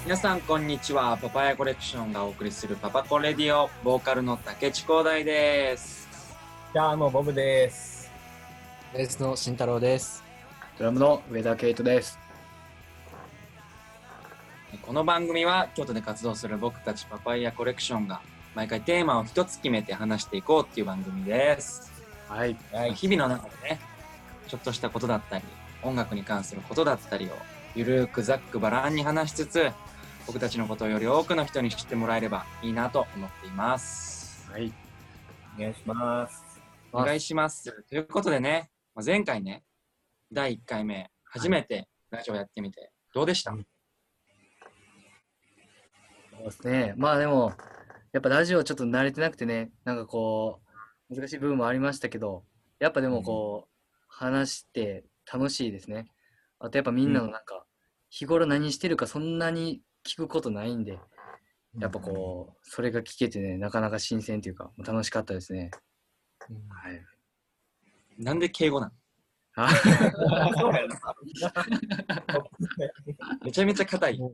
皆さんこんにちは。パパヤコレクションがお送りするパパコレディオ、ボーカルの竹地光大です。 ギターのボブです。 ベースの慎太郎です。 ドラムの上田圭人です。 この番組は京都で活動する僕たちパパイヤコレクションが毎回テーマを一つ決めて話していこうっていう番組です。 はい。 日々の中でね、ちょっとしたことだったり、音楽に関することだったりをゆるくざっくばらんに話しつつ、僕たちのことをより多くの人に知ってもらえればいいなと思っています。 はい。 お願いします。 お願いします。ということでね、前回ね、第1回目、初めてラジオやってみて、どうでした？ そうですね。まあでも、やっぱラジオちょっと慣れてなくてね、なんかこう、難しい部分もありましたけど、やっぱでもこう、話して楽しいですね。あとやっぱみんなのなんか、日頃何してるかそんなに聞くことないんで、やっぱこう、それが聞けてね、なかなか新鮮というか、楽しかったですね。はい。 なんで敬語なの？ そうやな。 めちゃめちゃ硬い。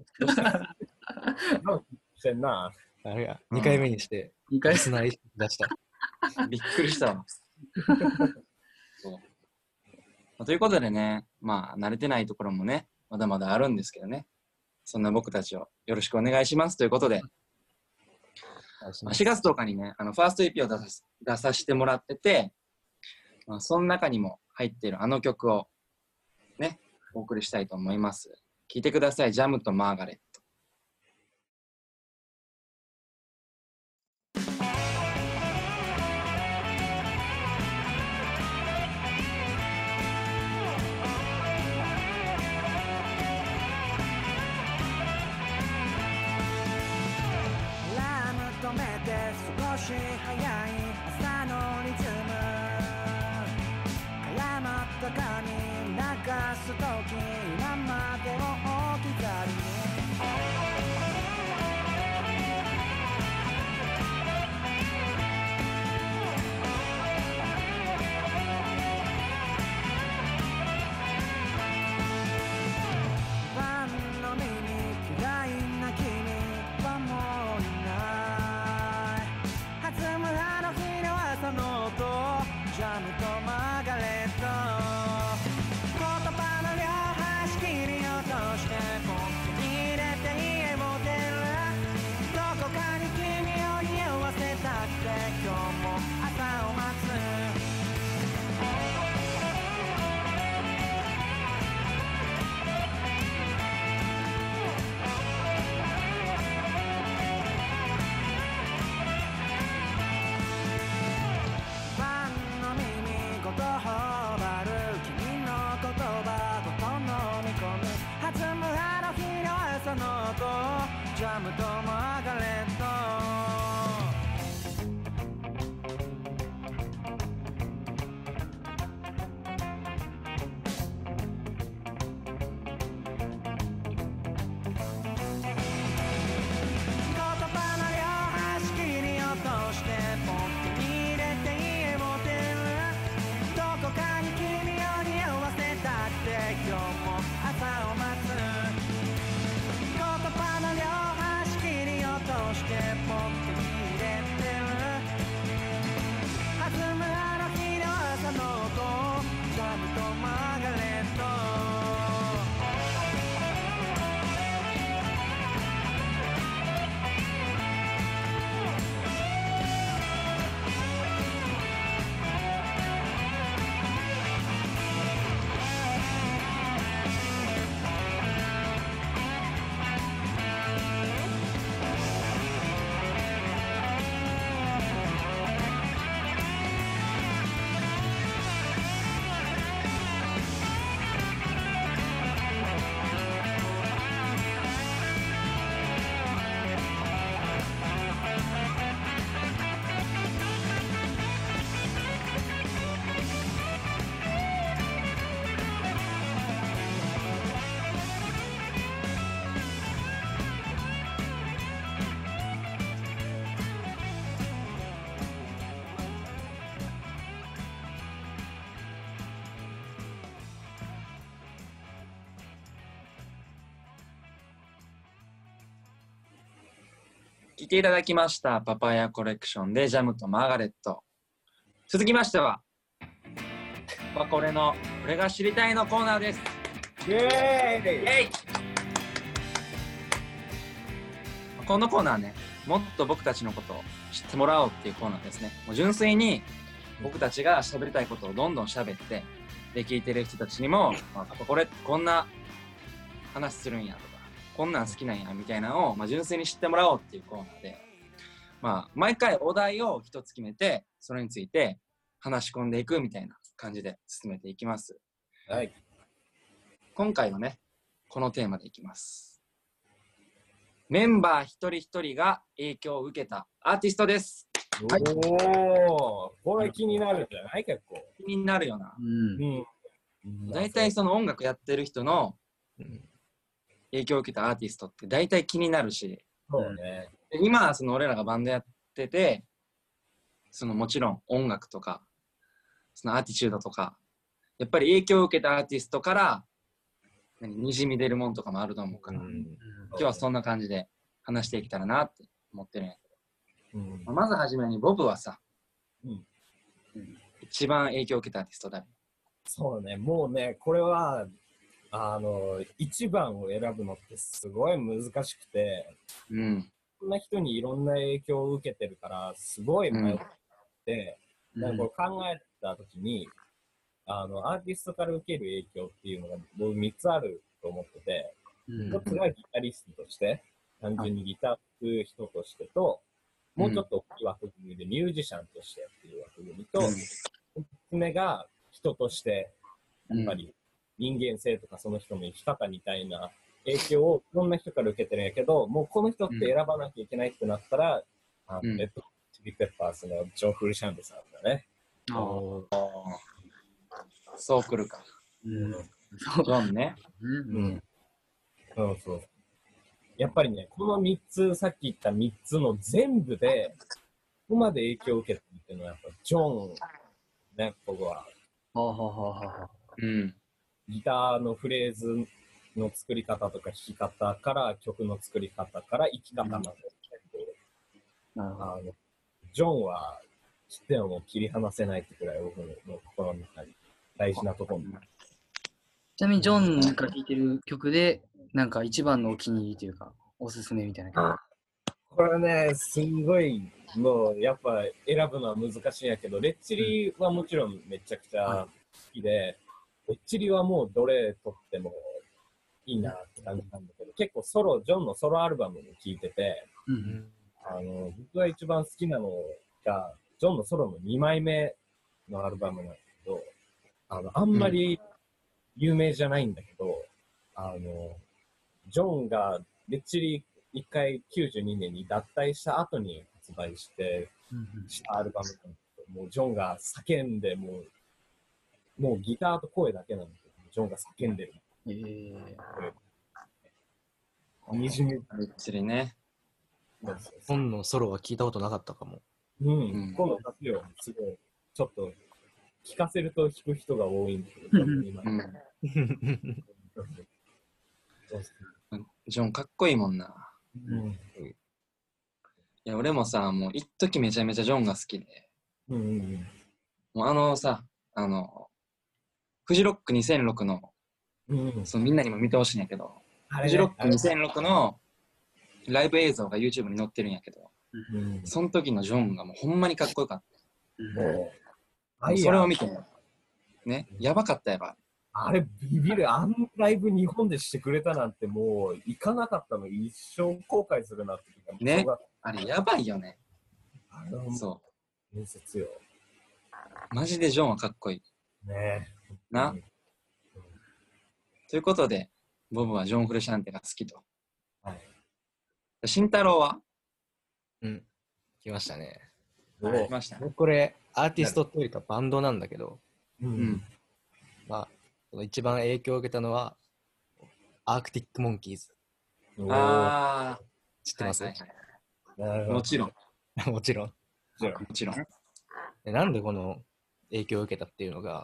してんな。 あれや、2回目にして、 2回リスナー意識出した。 びっくりしたわ。そうということでね、慣れてないところもね、まだまだあるんですけどね、そんな僕たちをよろしくお願いしますということで、4月10日にね、ファースト EP を出させてもらってて、その中にも入っているあの曲をね、お送りしたいと思います。聴いてください。ジャムとマーガレット。 少し早い朝のリズム絡まった髪流すとき今までを置き去りにファンの耳嫌いな君はもういない弾むあの日の朝の音ジャムとマーガレット言葉の両端切り落としてポッケに入れて家を出るどこかに君を匂わせたくて今日も朝を待つジャムとマーガレット言葉の両端切り落としてポッケに入れて家を出るどこかに君を匂わせたくて今日も朝を待つ言葉の両端切り落としてポ聴いていただきましたパパイヤコレクションでジャムとマーガレット。続きましてはパコレの俺が知りたいのコーナーです。 イエーイ。 このコーナーね、もっと僕たちのことを知ってもらおうっていうコーナーですね。もう純粋に僕たちが喋りたいことをどんどん喋って、で聞いてる人たちにも、パパコレってこんな話するんやとか、こんなん好きなんやみたいなのを、純粋に知ってもらおうっていうコーナーで、毎回お題を一つ決めて、それについて話し込んでいくみたいな感じで進めていきます。 はい。 今回はね、このテーマでいきます。メンバー一人一人が影響を受けたアーティストです。 おお、これ気になるんじゃない結構。 気になるよな。大体その音楽やってる人の影響を受けたアーティストって大体気になるし、 そうね。 今その俺らがバンドやってて、そのもちろん音楽とかそのアーティチュードとかやっぱり影響を受けたアーティストからにじみ出るもんとかもあると思うから、今日はそんな感じで話していけたらなって思ってるんやけど、まずはじめにボブはさ、一番影響を受けたアーティスト誰？ そうね、もうね、これは一番を選ぶのってすごい難しくて、いろんな人にいろんな影響を受けてるからすごい迷って、なんかこれ考えたときにアーティストから受ける影響っていうのが僕3つあると思ってて、1つがギタリストとして、単純にギターを弾く人としてと、もうちょっと大きい枠組みでミュージシャンとしてっていう枠組みと、3つ目が人として、やっぱり人間性とかその人の生き方みたいな影響をいろんな人から受けてるんやけど、もうこの人って選ばなきゃいけないってなったら、レッドチリペッパーズのジョン・フルシャンデさんだね。 そうくるか。ジョンね。 そうそう。やっぱりね、この3つ、さっき言った3つの全部で、ここまで影響を受けたっていうのは、やっぱジョン、ね、僕は。ギターのフレーズの作り方とか弾き方から曲の作り方から生き方まで、ジョンは切っても切り離せないってくらい僕の心の中に大事なところになる。 ちなみにジョンが弾いてる曲でなんか一番のお気に入りというかおすすめみたいな曲。 これね、すごいもうやっぱ選ぶのは難しいんやけど、レッチリはもちろんめちゃくちゃ好きで、レッチリはもうどれとってもいいなって感じなんだけど、結構ジョンのソロアルバムも聴いてて、僕が一番好きなのが、ジョンのソロの2枚目のアルバムなんだけど、あんまり有名じゃないんだけど、ジョンがレッチリ1回92年に脱退した後に発売したアルバムなんだけど、もうジョンが叫んで、もうギターと声だけなんだけど、ジョンが叫んでる。にじみ。 レッチリね。 本のソロは聞いたことなかったかも。 今度出すよ。すごい。ちょっと、聞かせると弾く人が多いんだけど、今。 ジョンかっこいいもんな。いや、俺もさ、もう一時めちゃめちゃジョンが好きで。もうさ、フジロック2006の、そのみんなにも見てほしいんやけど、フジロック2006のライブ映像が YouTube に載ってるんやけど、その時のジョンがもうほんまにかっこよかった。それを見てね、やばかったやろ。 あれビビる。あのライブ日本でしてくれたなんてもう行かなかったの一生後悔するなってね。あれやばいよね。そう。 伝説よ。 マジでジョンはかっこいい。 ねな。ということで、ボブはジョン・フルシャンテが好きと。慎太郎は？ 来ましたね。 来ました。 これ、アーティストというかバンドなんだけど、一番影響を受けたのは、アークティック・モンキーズ。知ってます？ もちろん。 もちろん。 もちろん。 なんでこの影響を受けたっていうのが、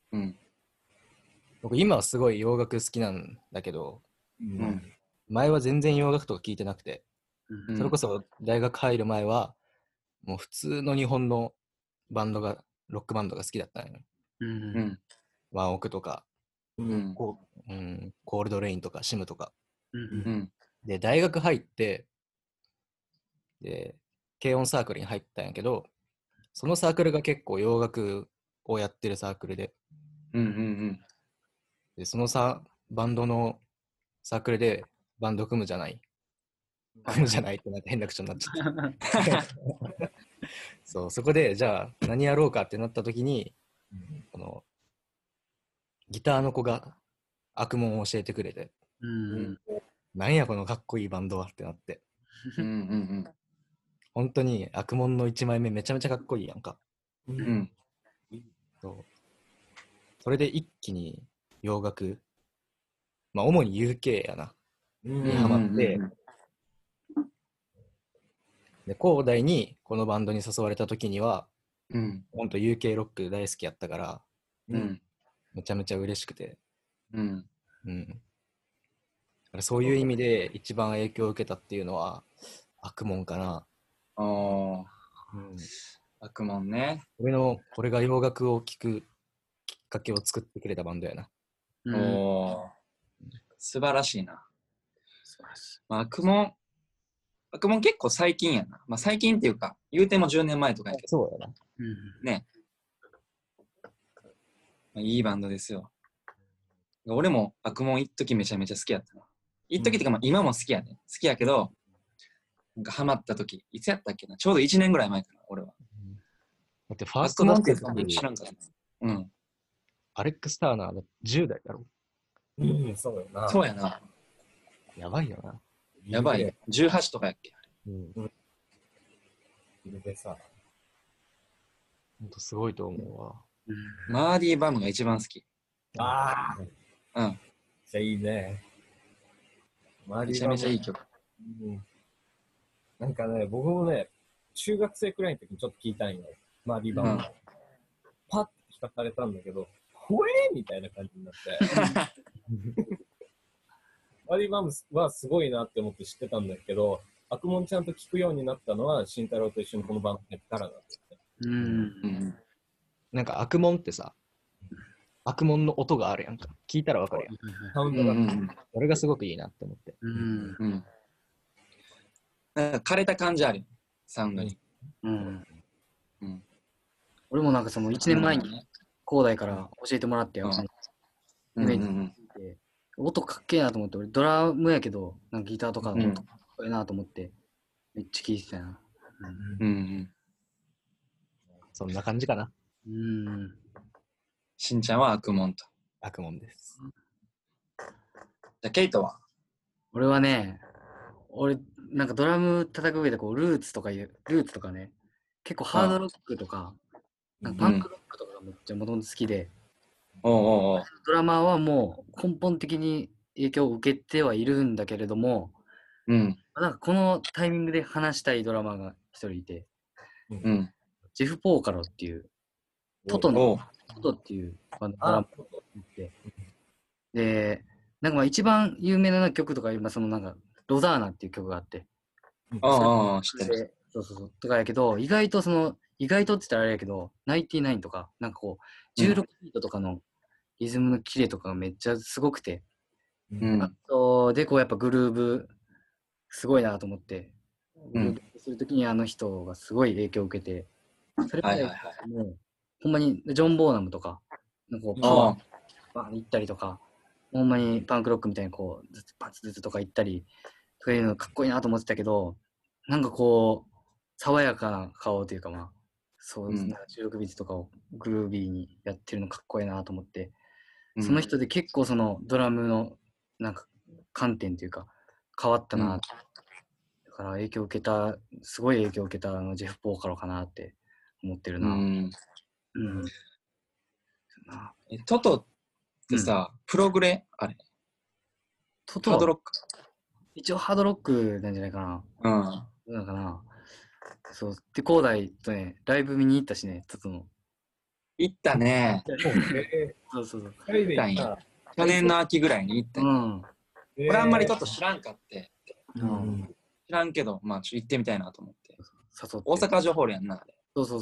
僕今はすごい洋楽好きなんだけど、前は全然洋楽とか聞いてなくて、 うんそれこそ大学入る前は、もう普通の日本のバンドが、ロックバンドが好きだったのよ。 うんうんワンオクとか、 うんコールドレインとか、シムとか。 うんで、大学入って、で、軽音サークルに入ったんやけど、そのサークルが結構洋楽をやってるサークルで、 うんうんでそのバンドのサークルでバンド組むじゃない。組むじゃないってなんか変な口になっちゃった。そう、そこで、じゃあ何やろうかってなった時に、このギターの子が悪門を教えてくれて、なんやこのかっこいいバンドはってなって、本当に悪門の1枚目めちゃめちゃかっこいいやんか。そう。それで一気に洋楽、まあ主に UK やな、にハマって、で、広大にこのバンドに誘われた時には、本当 UK ロック大好きやったから、めちゃめちゃ嬉しくて、そういう意味で一番影響を受けたっていうのは悪門かな。 悪門ね。 俺が洋楽を聴くきっかけを作ってくれたバンドやな。 素晴らしいな。悪門結構最近やな。まあ最近っていうか、言うても10年前とかやけど。 そうやな。 ね。いいバンドですよ。俺も悪門一時めちゃめちゃ好きやったな。一時っていうか、まあ今も好きやね。好きやけど、なんかハマった時、いつやったっけな。ちょうど1年ぐらい前かな、俺は。 だってファースト出してた時知らんかった。 アレックス・ターナーの10代だろ。 そうやな。 そうやな。 やばいよな。 やばい。18とかやっけ。 でさ。 ほんとすごいと思うわ。 マーディー・バムが一番好き。 ああ。 めめっちゃいいね。 ちゃめちゃいい曲。 なんかね、僕もね、中学生くらいの時にちょっと聞いたんよ。マーディー・バム。パッと聞かされたんだけど、ほえーみたいな感じになって。マーディー・バムはすごいなって思って知ってたんだけど、悪門ちゃんと聞くようになったのは、慎太郎と一緒にこのバンドやったからなんだって。 なんか悪門ってさ、悪門の音があるやんか。聞いたらわかるやん。 サウンドが。 それがすごくいいなって思って。 なんか枯れた感じあるよ。サウンドに。 俺もなんかその1年前に広大から教えてもらってよ。音かっけえなと思って、俺ドラムやけど、なんかギターとかの音かっこいいなと思って、めっちゃ聴いてたな。 そんな感じかな。 しんちゃんは悪門と。 悪門です。 じゃあ、ケイトは？ 俺はね、なんかドラム叩く上でこうルーツとかね、結構ハードロックとか、なんかパンクロックとかがめっちゃもともと好きで、ドラマーはもう根本的に影響を受けてはいるんだけれども、なんかこのタイミングで話したいドラマーが一人いて、ジェフ・ポーカロっていう、トトっていうバンドドラマーがいて、で、なんかまあ一番有名な曲とか今そのなんかロザーナっていう曲があって、 知ってる。 そうとかやけど、意外とって言ったらあれやけど、99とか、なんかこう、16ビートとかのリズムのキレとかがめっちゃすごくて、あと、で、こうやっぱグルーブ、すごいなと思って、グルーブするときにあの人がすごい影響を受けて、それからもう、ほんまにジョン・ボーナムとか、なんかこうパワーバーン行ったりとか、ほんまにパンクロックみたいにこう、パツズツとか行ったり、そういうのかっこいいなと思ってたけど、なんかこう、爽やかな顔というかまあ、そうですね、16ビートとかをグルービーにやってるのかっこいいなと思って、その人で結構そのドラムのなんか観点というか変わったな、だからすごい影響を受けたジェフ・ポーカロかなって思ってるな。 トトってさ、プログレあれ？ トトハードロック？ 一応ハードロックなんじゃないかな。なんかな。そう。で、広大とね、ライブ見に行ったしね、トトの。 行ったね。 そう。 行ったんや。去年の秋ぐらいに行ったんや。俺あんまりトト知らんかって。 知らんけど、まあちょっと行ってみたいなと思って。 誘って。 大阪城ホールやんな、あれ。 そう。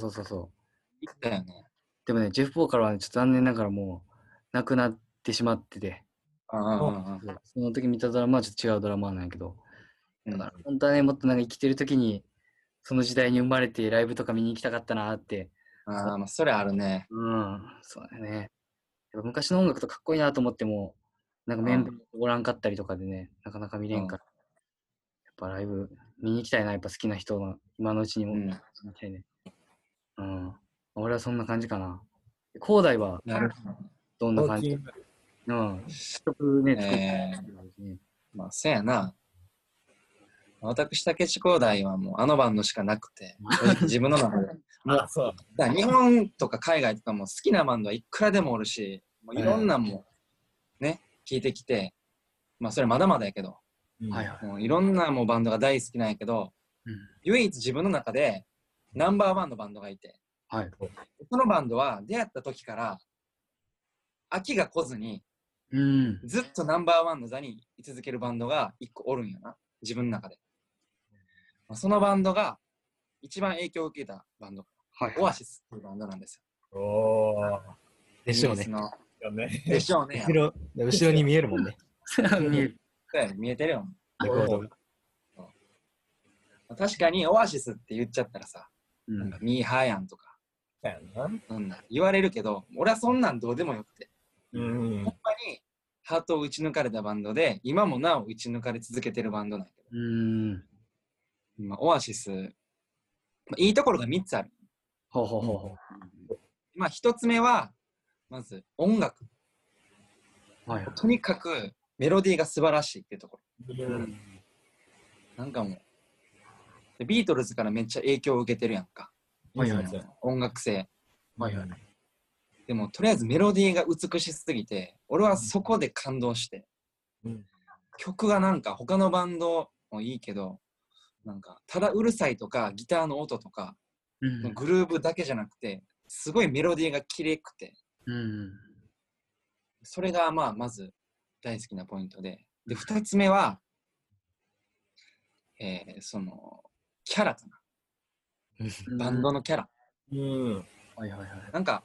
行ったよね。 でもね、ジェフ・ポーカルはね、ちょっと残念ながらもう亡くなってしまってて、その時見たドラマはちょっと違うドラマなんやけど、だから本当はね、もっとなんか生きてる時に、その時代に生まれてライブとか見に行きたかったなって。 まあそれあるね。 そうだね。やっぱ昔の音楽とかっこいいなと思っても、なんかメンバーおらんかったりとかでね、なかなか見れんから。やっぱライブ見に行きたいな、やっぱ好きな人の今のうちにも見たいね。俺はそんな感じかな。広大はどんな感じ？曲ね、作ってね。まあ、そうやな。私、竹地広大はもうあのバンドしかなくて、自分の中で。だ日本とか海外とかも好きなバンドはいくらでもおるし、もういろんなもね、聞いてきて、まあそれまだまだやけど、もういろんなもうバンドが大好きなんやけど、唯一自分の中でナンバーワンのバンドがいて、そのバンドは出会った時から飽きが来ずに、ずっとナンバーワンの座に居続けるバンドが一個おるんよな、自分の中で。そのバンドが一番影響を受けたバンド、オアシスっていうバンドなんですよ。でしょうね。 でしょうね。 後ろに見えるもんね。 見えてるよ。確かにオアシスって言っちゃったらさ、なんかミーハーやんとか言われるけど、俺はそんなんどうでもよくて、ほんまにハートを打ち抜かれたバンドで、今もなお打ち抜かれ続けてるバンドなんやけど、オアシス、いいところが3つある。1つ目はまず音楽、とにかくメロディーが素晴らしいっていうところ、なんかもうビートルズからめっちゃ影響を受けてるやんか、音楽性、でもとりあえずメロディーが美しすぎて、俺はそこで感動して、曲がなんか他のバンドもいいけど、なんかただうるさいとかギターの音とか、グルーブだけじゃなくてすごいメロディーが綺麗くて、それがまず大好きなポイントで、2つ目は、そのキャラかな、バンドのキャラ、なんか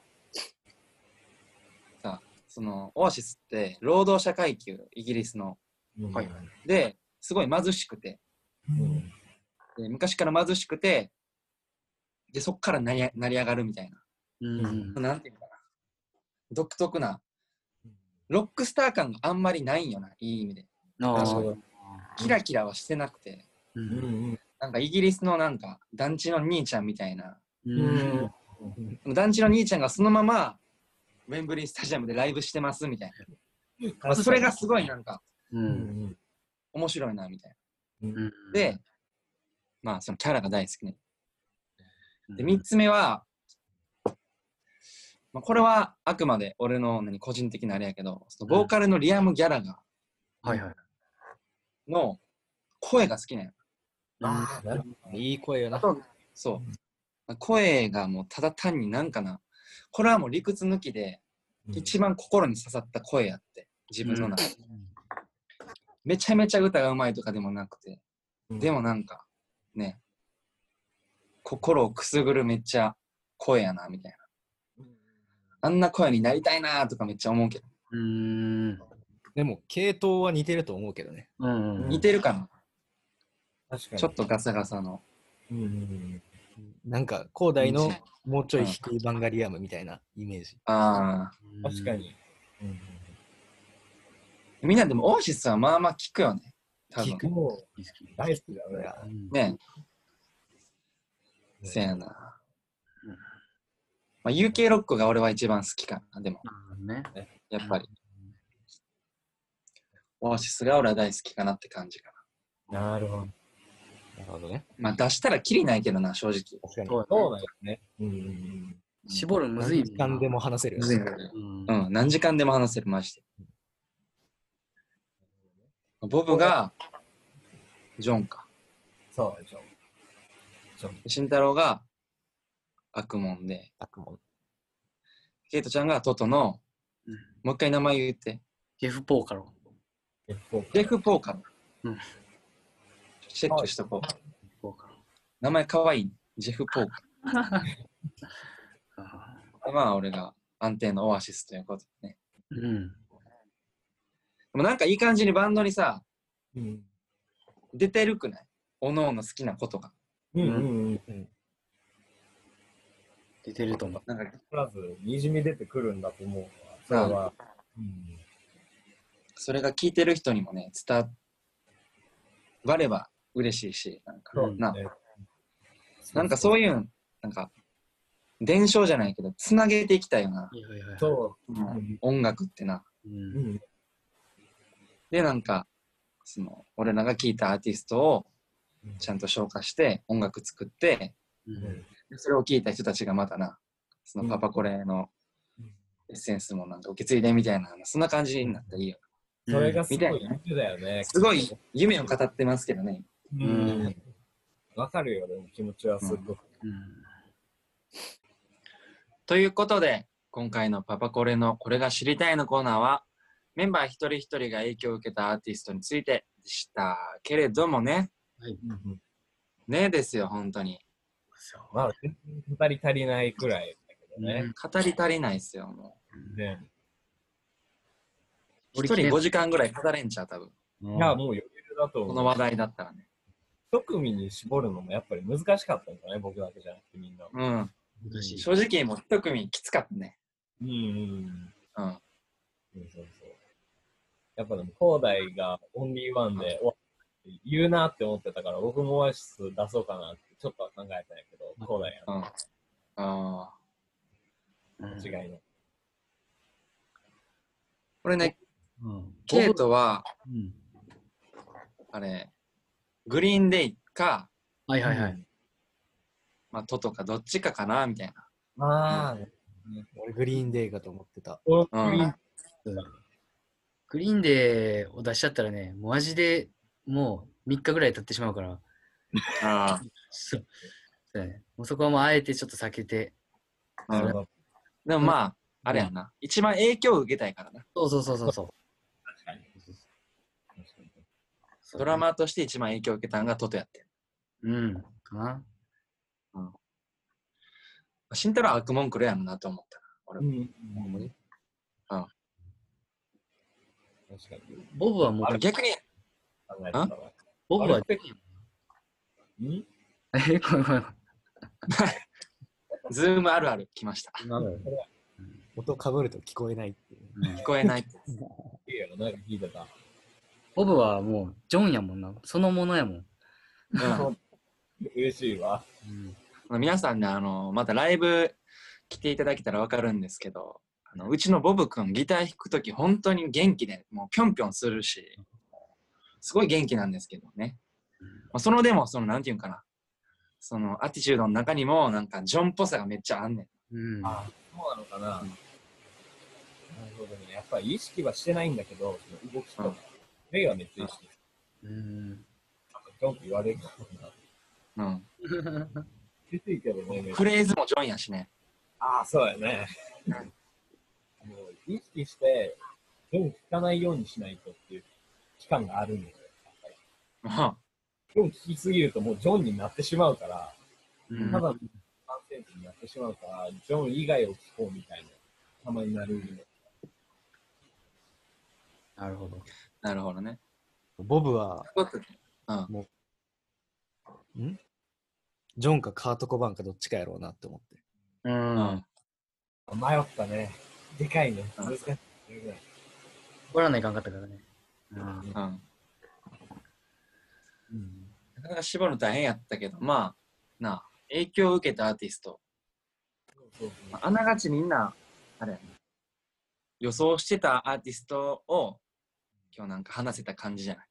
さ、そのオアシスって労働者階級、イギリスの、ですごい貧しくて、で昔から貧しくて、でそっから成り上がるみたいな、なんていうかな、独特なロックスター感があんまりないんよな、いい意味で。キラキラはしてなくて、なんかイギリスのなんか団地の兄ちゃんみたいな、団地の兄ちゃんがそのままウェンブリースタジアムでライブしてますみたいな、それがすごいなんか、面白いなみたいな。で、そのキャラが大好きね。で、3つ目は、これはあくまで俺の個人的なあれやけど、そのボーカルのリアム・ギャラガーの声が好きなんや。 いい声よな。 そう。声がもうただ単になんかな、これはもう理屈抜きで一番心に刺さった声やって、自分の中で。めちゃめちゃ歌がうまいとかでもなくて、でもなんかね、心をくすぐるめっちゃ声やなみたいな。あんな声になりたいなとかめっちゃ思うけど。 でも系統は似てると思うけどね。 似てるかな。 確かにちょっとガサガサの。 なんか広大のもうちょい低いバンガリアムみたいなイメージ。 確かに。 みんなでもオアシスはまあまあ聞くよね。多分。 大好きだね。ね。せやな。UK ロックが俺は一番好きかな、でも。やっぱり。オアシスが俺は大好きかなって感じかな。なるほど。 なるほどね。 出したらキリないけどな、正直。 そうだよね。 絞るむずい。 何時間でも話せる。 何時間でも話せる、マジで。ボブが、ジョンか。 そう、ジョン。 慎太郎が、アクモンで。ケイトちゃんがトトの、もう一回名前言って。 ジェフ・ポーカロ。 ジェフ・ポーカロ。 チェックしとこう。 そうか。 名前かわいい。ジェフ・ポーク。まあ、俺が安定のオアシスということでね。 うん。 でもなんかいい感じにバンドにさ、出てるくない？おのおの好きなことが。 出てると思う。 なんか、まず、にじみ出てくるんだと思うわ。それは。 それが聞いてる人にもね、伝われば嬉しいし、なんか、なんかそういう、なんか、伝承じゃないけど、つなげていきたいよな。 そう。 音楽ってな。で、なんか、俺らが聴いたアーティストをちゃんと消化して音楽作って、それを聴いた人たちがまたな、そのパパコレのエッセンスもなんか受け継いでみたいな、そんな感じになったらいいよ。 それがすごい夢だよね。 すごい夢を語ってますけどね。 わかるよ、でも気持ちはすごく。 ということで、今回のパパコレのこれが知りたいのコーナーは、メンバー一人一人が影響を受けたアーティストについてでしたけれどもね。ねですよ、本当に。 まあ、語り足りないくらいだけどね。 語り足りないですよ、もう。 ね。 一人5時間ぐらい語れんちゃう、多分。 いや、もう余裕だと思う。 この話題だったらね。 一組に絞るのもやっぱり難しかったんだね、僕だけじゃなくてみんな。 正直もう一組きつかったね。 やっぱでも、広大がオンリーワンで、言うなって思ってたから、僕もオアシス出そうかなってちょっとは考えたんやけど、広大や。違いの。 これね、ケイトは、あれ、グリーンデイか、まあ、トトかどっちかかなみたいな。 俺グリーンデーかと思ってた。 グリーンデーを出しちゃったらね、マジでもう3日ぐらい経ってしまうから。そうね。もうそこはもうあえてちょっと避けて。 でもまあ、あれやな。一番影響を受けたいからな。 そう。 確かに。 ドラマーとして一番影響を受けたのがトトやって。 かな。 慎太郎は悪文句るやろなと思ったな。俺も。 確かに。 ボブはもう逆に。 ボブは。 ごめん。 ズームあるある来ました。 音かぶると聞こえないっていう。 聞こえない。 いいよ、なんか聞いてた。 ボブはもうジョンやもんな。そのものやもん。 嬉しいわ。 皆さんね、またライブ来ていただけたら分かるんですけど、うちのボブ君ギター弾くとき本当に元気で、もうぴょんぴょんするし、すごい元気なんですけどね。でも、なんていうんかな。アティチュードの中にも、なんか、ジョンっぽさがめっちゃあんねん。 そうなのかな。なるほどね。やっぱり意識はしてないんだけど、動きとか、目はめっちゃ意識してる。なんかジョンって言われるのかな。きついけどね。 フレーズもジョンやしね。 そうやね。もう意識して、ジョン聞かないようにしないとっていう期間があるんですよ。ジョン聞きすぎるともうジョンになってしまうから、ただの感染になってしまうから、ジョン以外を聞こうみたいな、たまになる。 なるほど。 なるほどね。 ボブは、もう、ジョンかカート・コバンかどっちかやろうなって思って。 迷ったね。でかいね。難しい。 怒らないかんかったからね。 なかなか絞るの大変やったけど、まあ、影響を受けたアーティスト。あながちみんな、あれやね。予想してたアーティストを今日なんか話せた感じじゃない。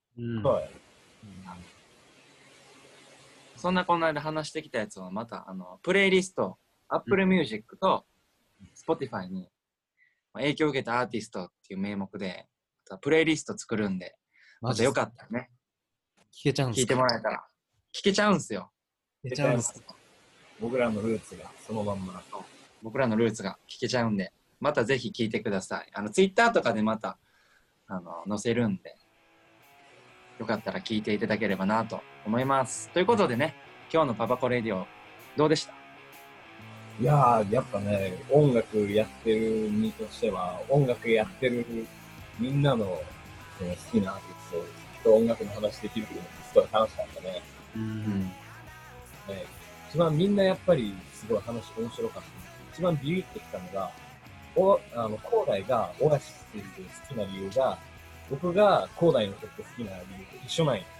そんなこんなで話してきたやつをまたプレイリスト、Apple Music と Spotify に影響を受けたアーティストっていう名目でプレイリスト作るんで、またよかったらね。 聞けちゃうんすか？ 聞いてもらえたら。聞けちゃうんすよ。 聞けちゃうんす。 僕らのルーツがそのまんま。 僕らのルーツが聞けちゃうんで、またぜひ聞いてください。Twitter とかでまた載せるんで、 よかったら聞いていただければなと思います。ということでね、今日のパパコレディオどうでした？ いやー、やっぱね、音楽やってる身としては、音楽やってるみんなの、好きなアーティストと音楽の話できるっていうのがすごい楽しかったね。一番みんなやっぱりすごい話面白かった。一番ビビってきたのが、広大がオアシスって好きな理由が、僕が広大の曲好きな理由と一緒なんよ。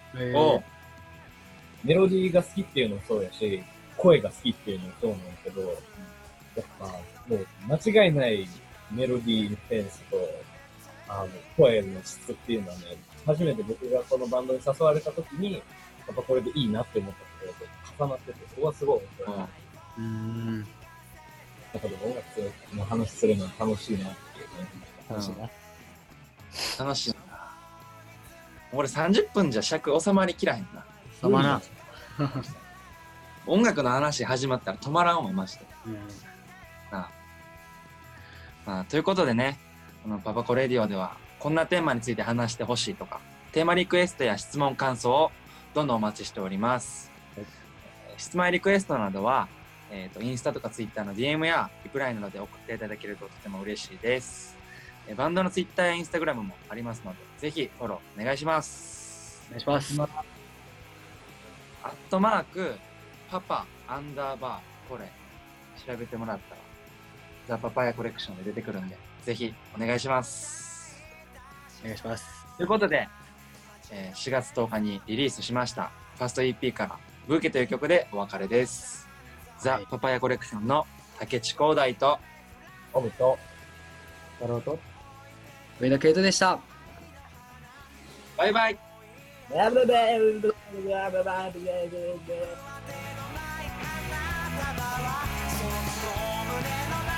メロディーが好きっていうのもそうやし、声が好きっていうのもそうなんだけど、やっぱもう間違いないメロディーのセンスと、声の質っていうのはね、初めて僕がこのバンドに誘われた時に、やっぱこれでいいなって思ったところと重なってて、そこはすごい面白い。だから音楽の話するのは楽しいなっていうね。 楽しいな。 楽しいな。俺30分じゃ尺収まりきらへんな。 たまらん。 音楽の話始まったら止まらんわ、マジで。ということでね、このパパコレディオではこんなテーマについて話してほしいとか、テーマリクエストや質問感想をどんどんお待ちしております。質問リクエストなどは、インスタとかツイッターの DM やリプライなどで送っていただけるととても嬉しいです。バンドのツイッターやインスタグラムもありますので、ぜひフォローお願いします。 お願いします。 パパ_これ調べてもらったらザ・パパヤコレクションで出てくるんで、ぜひお願いします。 お願いします。 ということで、4月10日にリリースしましたファースト EP からブーケという曲でお別れです。ザ・パパヤコレクションの竹地光大とオブと太郎と上田圭人でした。 バイバイ。 その胸の中